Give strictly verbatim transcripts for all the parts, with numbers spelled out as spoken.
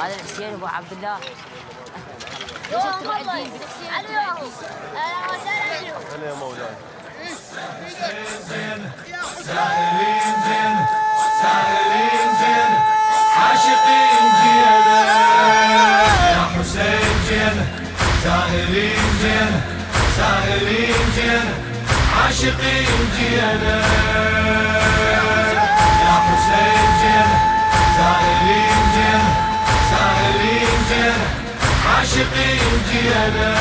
هذا الحسين ابو عبد الله. ليش تروح الدين بالحسين؟ هلا يا مولاي. سائلين جن سائلين جن عاشقين جينا يا حسين جن سائلين جن سائلين جن عاشقين جينا يا حسين جن سائلين جن سائلين جن عاشقين جينا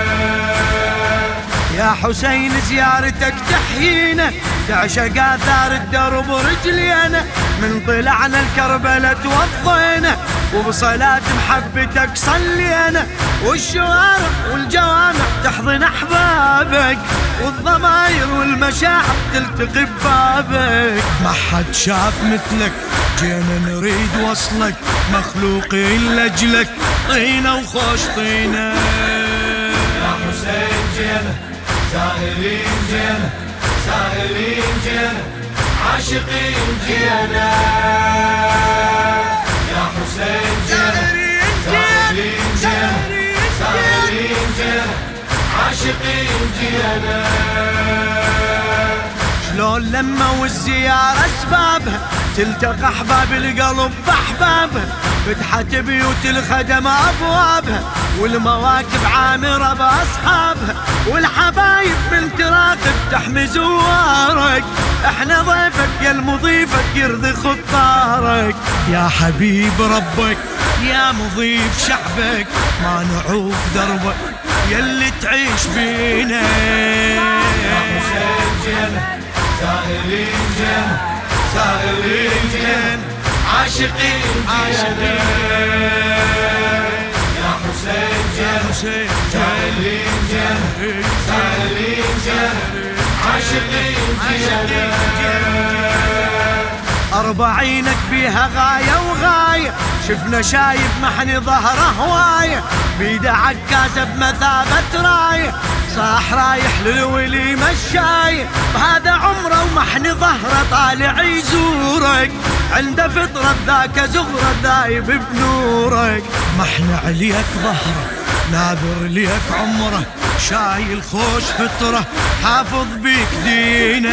يا حسين زيارتك تحيينا تعشق آثار الدرب ورجلينا من طلعنا الكربلة توضينا وبصلاة محبتك صلينا والشوارع والجوامع تحضن أحبابك والضماير والمشاعر تلتقي ببابك. ما حد شاف مثلك جينا نريد وصلك مخلوقين لأجلك طينا وخوش طينا يا حسين جن سائلين جن سائلين جن عاشقين جينا يا حسين جن سائلين جن سائلين جن عاشقين جينا شلون لما والزيارة اسبابها تلتقى احباب القلب باحبابها فتحت بيوت الخدم ابوابها والمواكب عامرة باصحابها والحبايب من تراقب تحمي زوارك احنا ضيفك يا المضيفك يرضي خطارك يا حبيب ربك يا مضيف شعبك ما نعوف دربك يلي تعيش بينا يا حسين جن سائلين جن سائلين جن عاشقين جينا يا حسين جن سائلين جن سائلين جن عاشقين جينا أربعينك بيها غاية وغاية شفنا شايب محني ظهره هواية بيده عكازة بمثابة راية صاح رايح للولي مشاية بهذا عمره ومحني ظهره طالع يزورك عنده فطرة ذاك زغرة ذايب بنورك محني عليك ظهره ناظر ليك عمره شايل خوش فطرة حافظ بيك دينه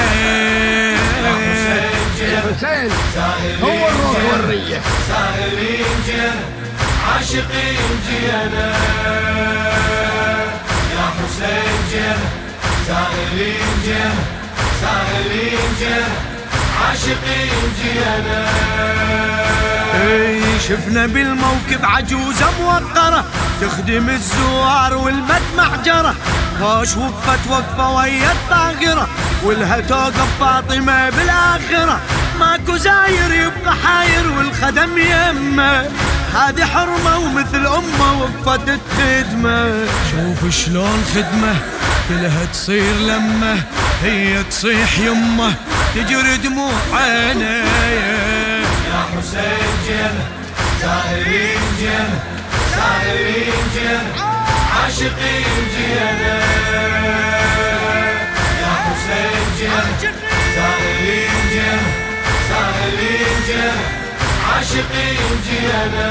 يا حسين هو الروح والرية سائلين جن عاشقين جينا يا حسين جن سائلين جن سائلين جن عاشقين جينا اي شفنا بالموكب عجوزة موقرة تخدم الزوار والمدمع جرة خوش وقفت وقفة ويا الطاغرة والها توقف فاطمة بالآخرة ماكو زاير يبقى حاير والخدم يمه هذه حرمة ومثل أمه وقفت الخدمة شوف شلون خدمة كلها تصير لمه هي تصيح يمه تجري دموع عينيه يا حسين جن سائلين جن سائلين جن عاشقين جينا يا حسين جن سائلين جن سائلين جن عاشقين جينا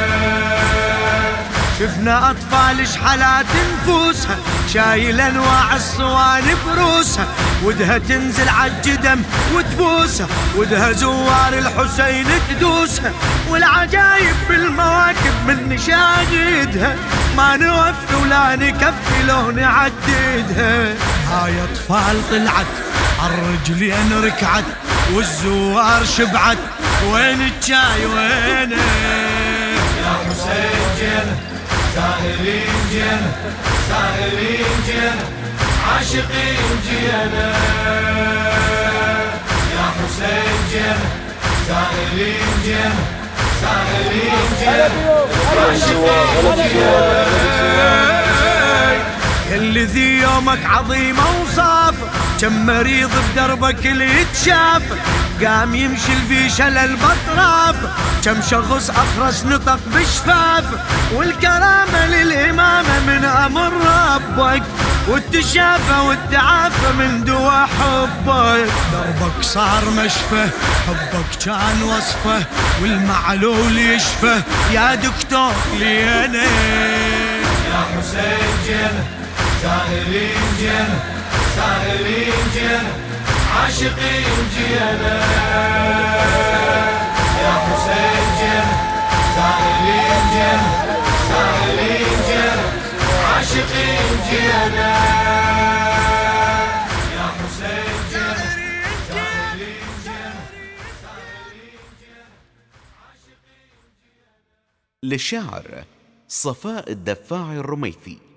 شفنا أطفال شحلات نفوسها شايل أنواع الصوان بروسها ودها تنزل عالجدم وتبوسها ودها زوار الحسين تدوسها والعجايب بالمواكب من نشاهدها ما نوفي ولا نكفي لو نعددها هاي أطفال طلعت عالرجلين ركعت والزوار شبعت وين الجاي وينه يا حسين جن سائلين جن سائلين جن عاشقين جينا يا حسين جن سائلين جن سائلين جن عاشقين جينا اللي ذي يومك عظيمة وصافة كم مريض بدربك اللي يتشاف قام يمشي البيشة للبطراف كم شخص أخرس نطق بشفاف والكرامة للإمامة من أمر ربك والتشافى والتعافى من دوا حبك. دربك صار مشفى، حبك كان وصفه، والمعلول يشفى يا دكتور لي انا. يا حسين جينا سائلين جينا سائلين جينا عاشقين جينا. يا حسين جينا سائلين جينا سائلين جينا عاشقين جينا. يا حسين جينا سائلين جينا سائلين جينا عاشقين جينا. للشاعر صفاء الدفاع الرميثي.